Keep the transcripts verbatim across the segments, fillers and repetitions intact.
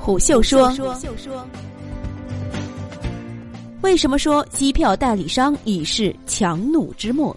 虎嗅说，为什么说机票代理商已是强弩之末？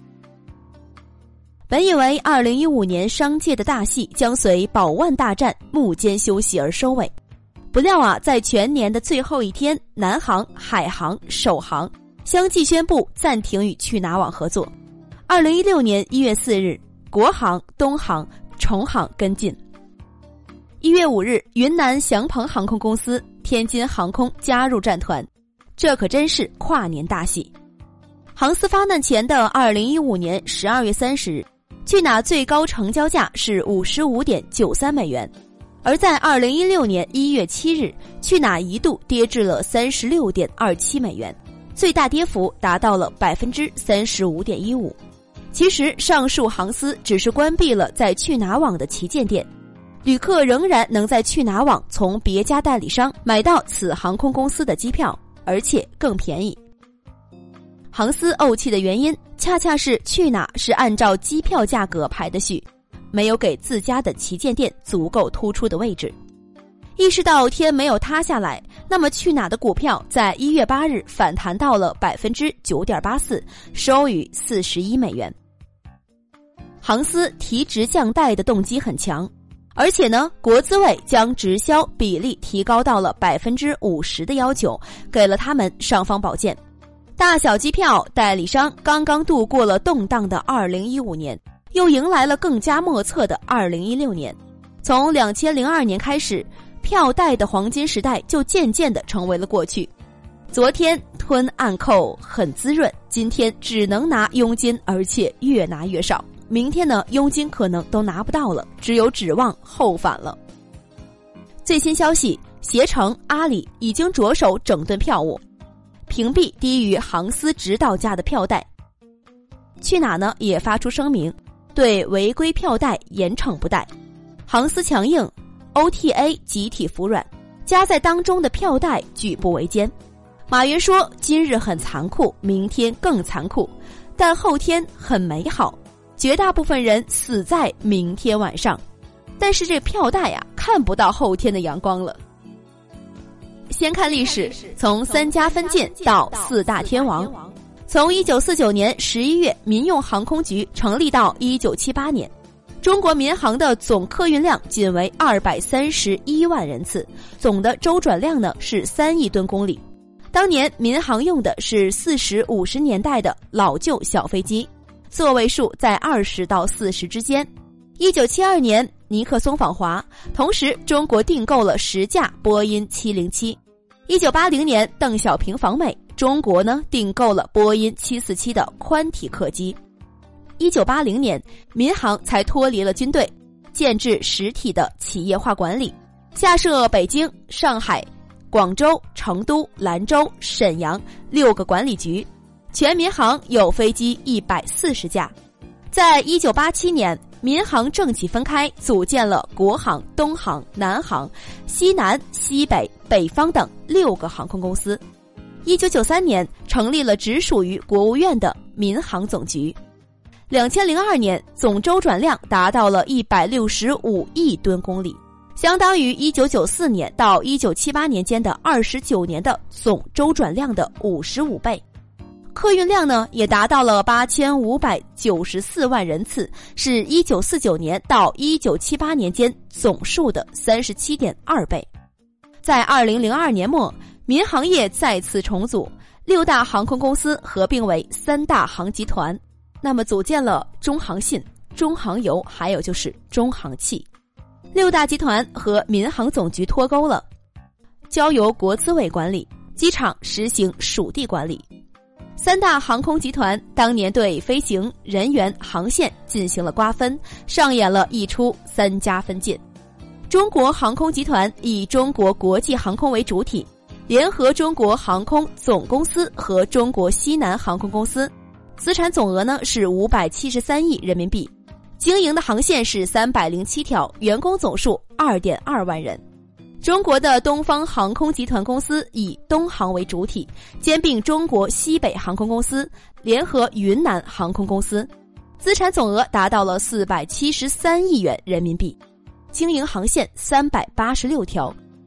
本以为二零一五年商界的大戏将随宝万大战幕间休息而收尾，不料啊，在全年的最后一天，南航、海航、首航相继宣布暂停与去哪网合作。二零一六年一月四日，国航、东航、重航跟进。一月五日，云南祥鹏航空公司、天津航空加入战团，这可真是跨年大戏。航司发难前的二零一五年十二月三十日，去哪最高成交价是 五十五点九三美元，而在二零一六年一月七日，去哪一度跌至了 三十六点二七美元，最大跌幅达到了 百分之三十五点一五。其实上述航司只是关闭了在去哪网的旗舰店，旅客仍然能在去哪网从别家代理商买到此航空公司的机票，而且更便宜。航司怄气的原因恰恰是去哪是按照机票价格排的序，没有给自家的旗舰店足够突出的位置。意识到天没有塌下来，那么去哪的股票在一月八日反弹到了 百分之九点八四， 收于四十一美元。航司提直降贷的动机很强，而且呢，国资委将直销比例提高到了 百分之五十 的要求，给了他们尚方宝剑。大小机票代理商刚刚度过了动荡的二零一五年，又迎来了更加莫测的二零一六年。从二零零二年开始，票代的黄金时代就渐渐地成为了过去。昨天吞暗扣很滋润，今天只能拿佣金，而且越拿越少。明天呢，佣金可能都拿不到了，只有指望后返了。最新消息，携程、阿里已经着手整顿票务，屏蔽低于航司指导价的票代。去哪呢也发出声明，对违规票代严惩不贷。航司强硬， O T A 集体服软，夹在当中的票代举步维艰。马云说，今日很残酷，明天更残酷，但后天很美好，绝大部分人死在明天晚上。但是这票代呀，看不到后天的阳光了。先看历史，从三家分晋到四大天王。从一九四九年十一月民用航空局成立到一九七八年，中国民航的总客运量仅为二百三十一万人次，总的周转量呢是三亿吨公里。当年民航用的是四十五十年代的老旧小飞机，座位数在二十到四十之间。一九七二年尼克松访华，同时中国订购了十架波音七零七。一九八零年邓小平访美，中国呢订购了波音七四七的宽体客机。一九八零年民航才脱离了军队，建制实体的企业化管理，下设北京、上海、广州、成都、兰州、沈阳六个管理局，全民航有飞机一百四十架。在一九八七年，民航政企分开，组建了国航、东航、南航、西南、西北、北方等六个航空公司。一九九三年成立了直属于国务院的民航总局。二零零二年总周转量达到了一百六十五亿吨公里，相当于一九九四年到一九七八年间的二十九年的总周转量的五十五倍。客运量呢也达到了八千五百九十四万人次，是一九四九年到一九七八年间总数的 三十七点二倍。在二零零二年末，民航业再次重组，六大航空公司合并为三大航集团，那么组建了中航信、中航油，还有就是中航气。六大集团和民航总局脱钩了，交由国资委管理，机场实行属地管理。三大航空集团当年对飞行人员航线进行了瓜分，上演了一出三家分晋。中国航空集团以中国国际航空为主体，联合中国航空总公司和中国西南航空公司，资产总额呢是五百七十三亿人民币，经营的航线是三百零七条，员工总数 二点二万人。中国的东方航空集团公司以东航为主体，兼并中国西北航空公司，联合云南航空公司，资产总额达到了四百七十三亿元人民币，经营航线三百八十六条，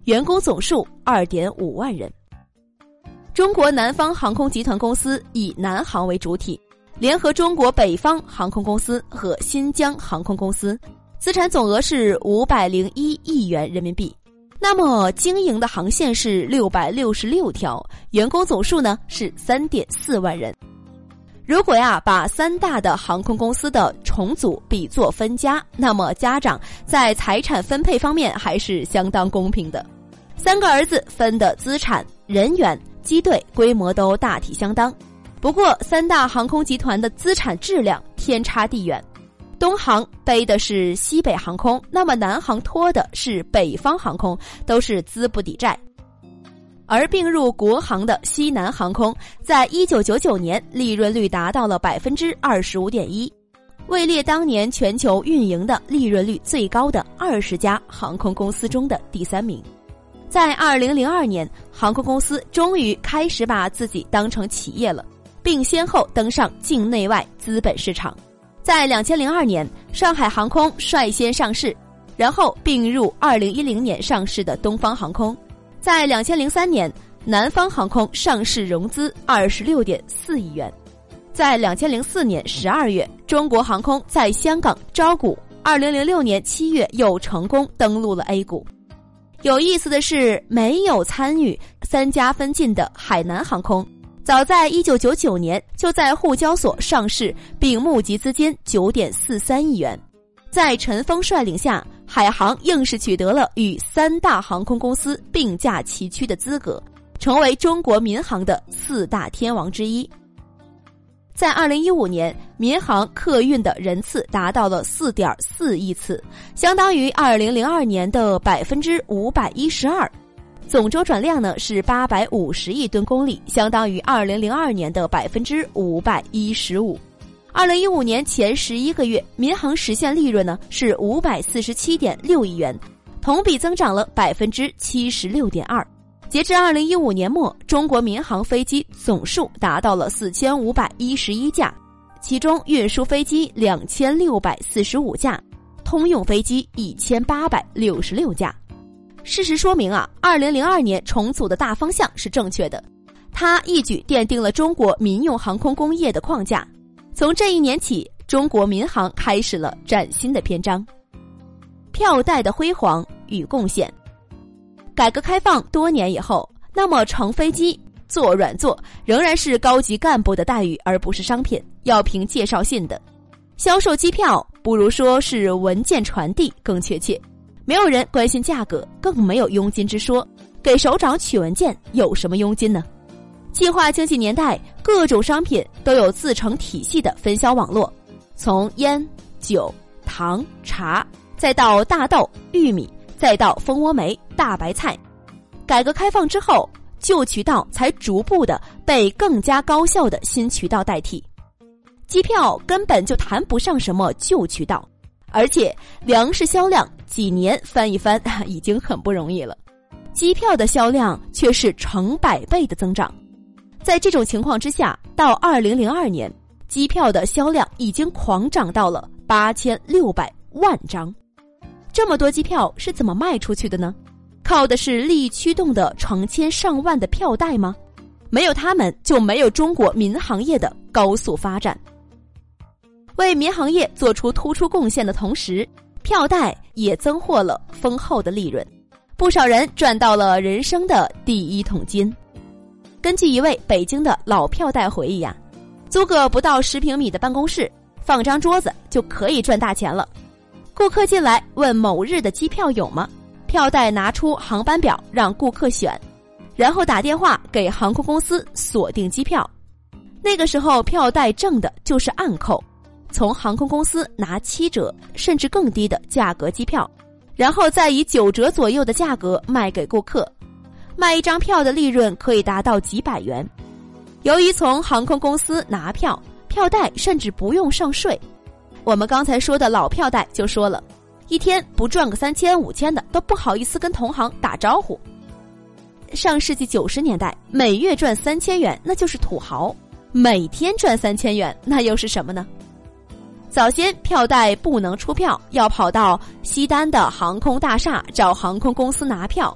员工总数 二点五万人。中国南方航空集团公司以南航为主体，联合中国北方航空公司和新疆航空公司，资产总额是五百零一亿元人民币。那么经营的航线是六百六十六条，员工总数呢是 三点四万人。如果呀把三大的航空公司的重组比作分家，那么家长在财产分配方面还是相当公平的。三个儿子分的资产、人员、机队规模都大体相当。不过三大航空集团的资产质量天差地远，东航背的是西北航空，那么南航托的是北方航空，都是资不抵债。而并入国航的西南航空，在一九九九年利润率达到了 百分之二十五点一， 位列当年全球运营的利润率最高的二十家航空公司中的第三名。在二零零二年，航空公司终于开始把自己当成企业了，并先后登上境内外资本市场。在两千零二年，上海航空率先上市，然后并入二零一零年上市的东方航空。在两千零三年，南方航空上市融资 二十六点四亿元。在两千零四年十二月，中国航空在香港招股，二零零六年七月又成功登陆了 A 股。有意思的是，没有参与三家分晋的海南航空，早在一九九九年就在沪交所上市，并募集资金 九点四三亿元。在陈峰率领下，海航硬是取得了与三大航空公司并驾齐驱的资格，成为中国民航的四大天王之一。在二零一五年，民航客运的人次达到了 四点四亿次，相当于二零零二年的 百分之五百一十二。总周转量呢是八百五十亿吨公里，相当于二零零二年的 百分之五百一十五。二零一五年前十一个月，民航实现利润呢是 五百四十七点六亿元，同比增长了 百分之七十六点二。截至二零一五年末，中国民航飞机总数达到了四千五百一十一架，其中运输飞机两千六百四十五架，通用飞机一千八百六十六架。事实说明啊，二零零二年重组的大方向是正确的，它一举奠定了中国民用航空工业的框架。从这一年起，中国民航开始了崭新的篇章。票代的辉煌与贡献。改革开放多年以后，那么乘飞机坐软座仍然是高级干部的待遇，而不是商品，要凭介绍信的。销售机票不如说是文件传递更确切，没有人关心价格，更没有佣金之说，给首长取文件有什么佣金呢？计划经济年代，各种商品都有自成体系的分销网络，从烟、酒、糖、茶，再到大豆、玉米，再到蜂窝煤、大白菜。改革开放之后，旧渠道才逐步的被更加高效的新渠道代替。机票根本就谈不上什么旧渠道，而且粮食销量几年翻一番已经很不容易了，机票的销量却是成百倍的增长。在这种情况之下，到二零零二年，机票的销量已经狂涨到了八千六百万张。这么多机票是怎么卖出去的呢？靠的是力驱动的成千上万的票代吗？没有他们，就没有中国民航业的高速发展。为民航业做出突出贡献的同时，票代也增获了丰厚的利润，不少人赚到了人生的第一桶金。根据一位北京的老票代回忆啊，租个不到十平米的办公室，放张桌子就可以赚大钱了。顾客进来问某日的机票有吗？票代拿出航班表让顾客选，然后打电话给航空公司锁定机票。那个时候票代挣的就是暗扣，从航空公司拿七折甚至更低的价格机票，然后再以九折左右的价格卖给顾客。卖一张票的利润可以达到几百元。由于从航空公司拿票，票代甚至不用上税。我们刚才说的老票代就说了，一天不赚个三千五千的都不好意思跟同行打招呼。上世纪九十年代，每月赚三千元那就是土豪，每天赚三千元那又是什么呢？早先票代不能出票，要跑到西单的航空大厦找航空公司拿票。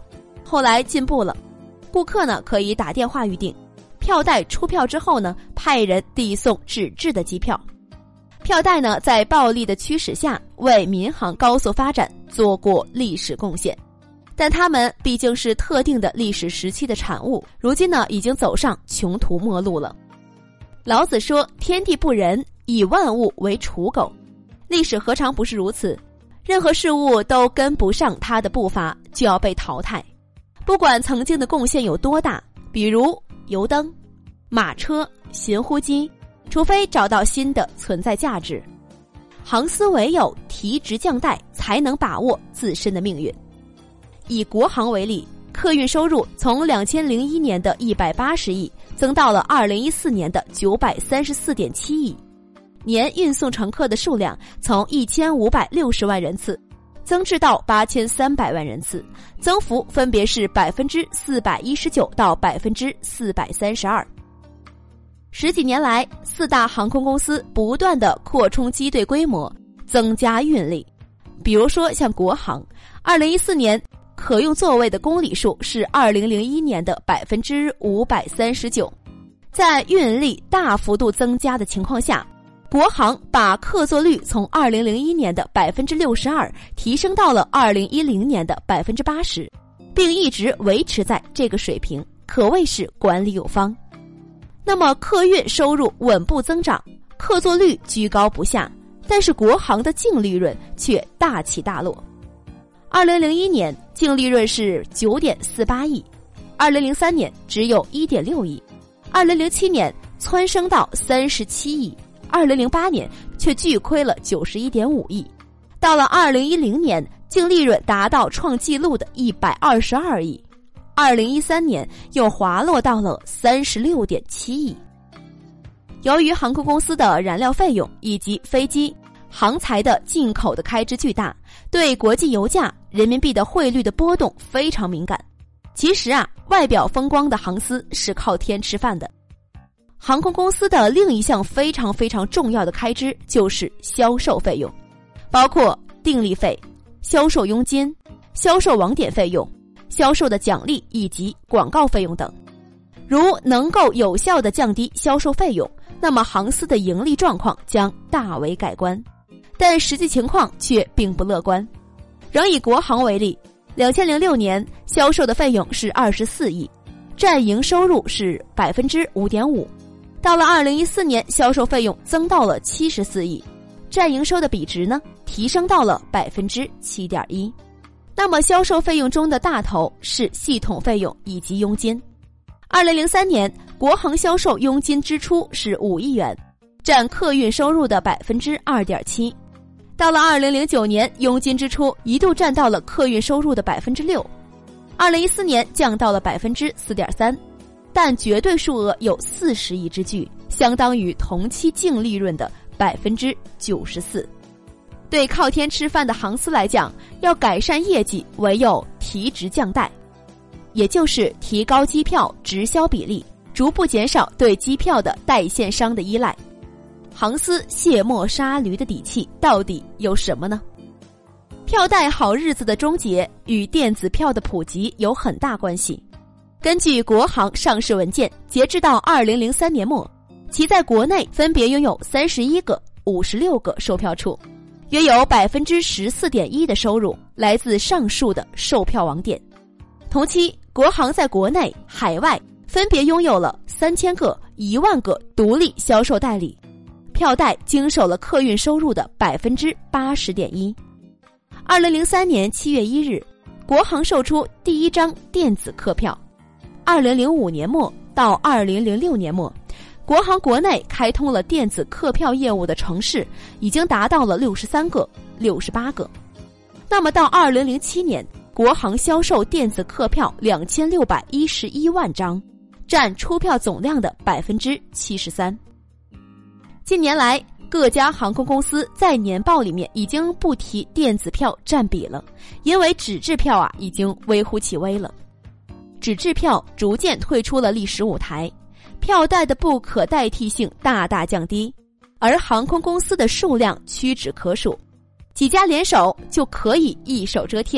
后来进步了，顾客呢可以打电话预订，票代出票之后呢，派人递送纸质的机票。票代呢在暴利的驱使下，为民航高速发展做过历史贡献。但他们毕竟是特定的历史时期的产物，如今呢已经走上穷途末路了。老子说天地不仁，以万物为刍狗。历史何尝不是如此？任何事物都跟不上它的步伐，就要被淘汰。不管曾经的贡献有多大，比如油灯、马车、寻呼机，除非找到新的存在价值。航司唯有提职降代，才能把握自身的命运。以国航为例，客运收入从两千零一年的一百八十亿增到了二零一四年的九百三十四点七亿，年运送乘客的数量从一千五百六十万人次增至到八千三百万人次，增幅分别是百分之四百一十九到百分之四百三十二。十几年来，四大航空公司不断的扩充机队规模，增加运力。比如说像国航，二零一四年可用座位的公里数是二零零一年的百分之五百三十九。在运力大幅度增加的情况下，国航把客座率从二零零一年的百分之六十二提升到了二零一零年的百分之八十，并一直维持在这个水平，可谓是管理有方。那么客运收入稳步增长，客座率居高不下，但是国航的净利润却大起大落。二零零一年净利润是 九点四八亿，二零零三年只有 一点六亿，二零零七年蹿升到三十七亿，二零零八年却巨亏了 九十一点五亿，到了二零一零年净利润达到创纪录的一百二十二亿，二零一三年又滑落到了 三十六点七亿。由于航空公司的燃料费用以及飞机、航材的进口的开支巨大，对国际油价、人民币的汇率的波动非常敏感。其实啊，外表风光的航司是靠天吃饭的。航空公司的另一项非常非常重要的开支就是销售费用，包括订立费、销售佣金、销售网点费用、销售的奖励以及广告费用等。如能够有效地降低销售费用，那么航司的盈利状况将大为改观。但实际情况却并不乐观。仍以国航为例，两千零六年销售的费用是二十四亿，占营收入是 百分之五点五。到了二零一四年，销售费用增到了七十四亿，占营收的比值呢提升到了 百分之七点一。那么销售费用中的大头是系统费用以及佣金。二零零三年国航销售佣金支出是五亿元，占客运收入的 百分之二点七。到了二零零九年，佣金支出一度占到了客运收入的 百分之六， 二零一四年降到了 百分之四点三， 但绝对数额有四十亿之巨，相当于同期净利润的 百分之九十四。对靠天吃饭的航司来讲，要改善业绩，唯有提职降代，也就是提高机票直销比例，逐步减少对机票的代线商的依赖。航司卸磨杀驴的底气到底有什么呢？票代好日子的终结与电子票的普及有很大关系。根据国航上市文件，截至到二零零三年末，其在国内分别拥有三十一个、五十六个售票处，约有 百分之十四点一 的收入来自上述的售票网点。同期，国航在国内、海外分别拥有了三千个、一万个独立销售代理，票代经手了客运收入的 百分之八十点一。二零零三年七月一日，国航售出第一张电子客票。二零零五年末到二零零六年末，国航国内开通了电子客票业务的城市已经达到了六十三个、六十八个。那么到二零零七年，国航销售电子客票两千六百一十一万张，占出票总量的 百分之七十三。近年来，各家航空公司在年报里面已经不提电子票占比了，因为纸质票啊已经微乎其微了。纸质票逐渐退出了历史舞台，票代的不可代替性大大降低，而航空公司的数量屈指可数，几家联手就可以一手遮天，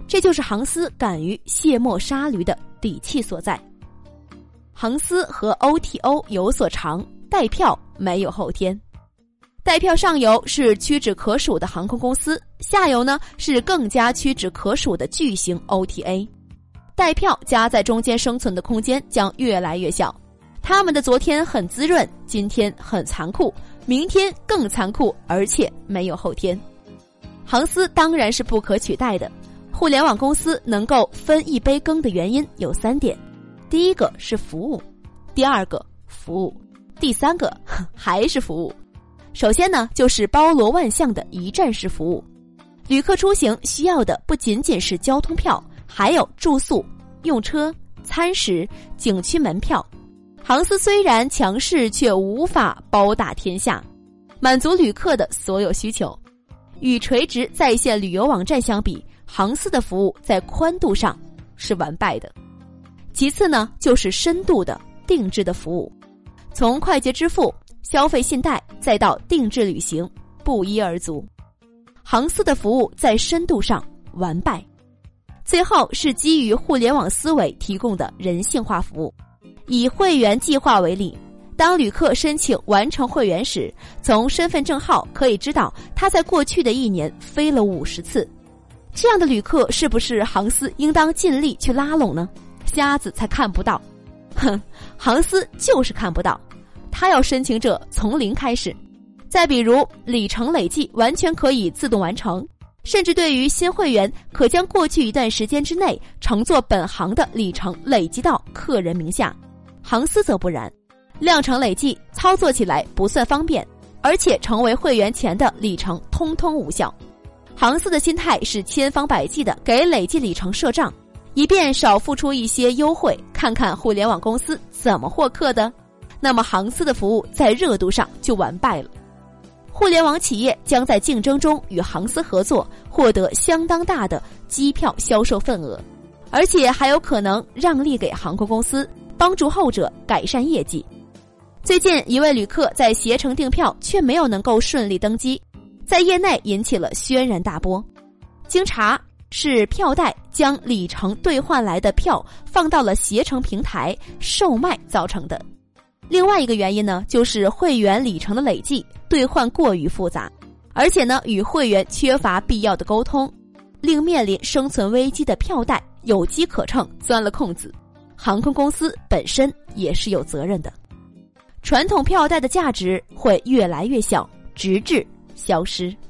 这就是航司敢于卸磨杀驴的底气所在。航司和 O T O 有所长，带票没有后天。带票上游是屈指可数的航空公司，下游呢是更加屈指可数的巨型 O T A。带票夹在中间生存的空间将越来越小，他们的昨天很滋润，今天很残酷，明天更残酷，而且没有后天。航司当然是不可取代的。互联网公司能够分一杯羹的原因有三点：第一个是服务，第二个服务，第三个还是服务。首先呢，就是包罗万象的一站式服务。旅客出行需要的不仅仅是交通票，还有住宿、用车、餐食、景区门票。航司虽然强势，却无法包打天下，满足旅客的所有需求。与垂直在线旅游网站相比，航司的服务在宽度上是完败的。其次呢，就是深度的定制的服务，从快捷支付、消费信贷再到定制旅行，不一而足。航司的服务在深度上完败。最后是基于互联网思维提供的人性化服务。以会员计划为例，当旅客申请完成会员时，从身份证号可以知道他在过去的一年飞了五十次。这样的旅客是不是航司应当尽力去拉拢呢？瞎子才看不到。哼，航司就是看不到。他要申请者从零开始。再比如里程累计完全可以自动完成，甚至对于新会员可将过去一段时间之内乘坐本航的里程累积到客人名下。航司则不然，量程累计操作起来不算方便，而且成为会员前的里程通通无效。航司的心态是千方百计的给累计里程设账，以便少付出一些优惠，看看互联网公司怎么获客的。那么航司的服务在热度上就完败了。互联网企业将在竞争中与航司合作，获得相当大的机票销售份额，而且还有可能让利给航空公司，帮助后者改善业绩。最近一位旅客在携程订票却没有能够顺利登机，在业内引起了轩然大波。经查，是票代将里程兑换来的票放到了携程平台售卖造成的。另外一个原因呢，就是会员里程的累计兑换过于复杂，而且呢与会员缺乏必要的沟通，令面临生存危机的票代有机可乘，钻了空子。航空公司本身也是有责任的。传统票代的价值会越来越小，直至消失。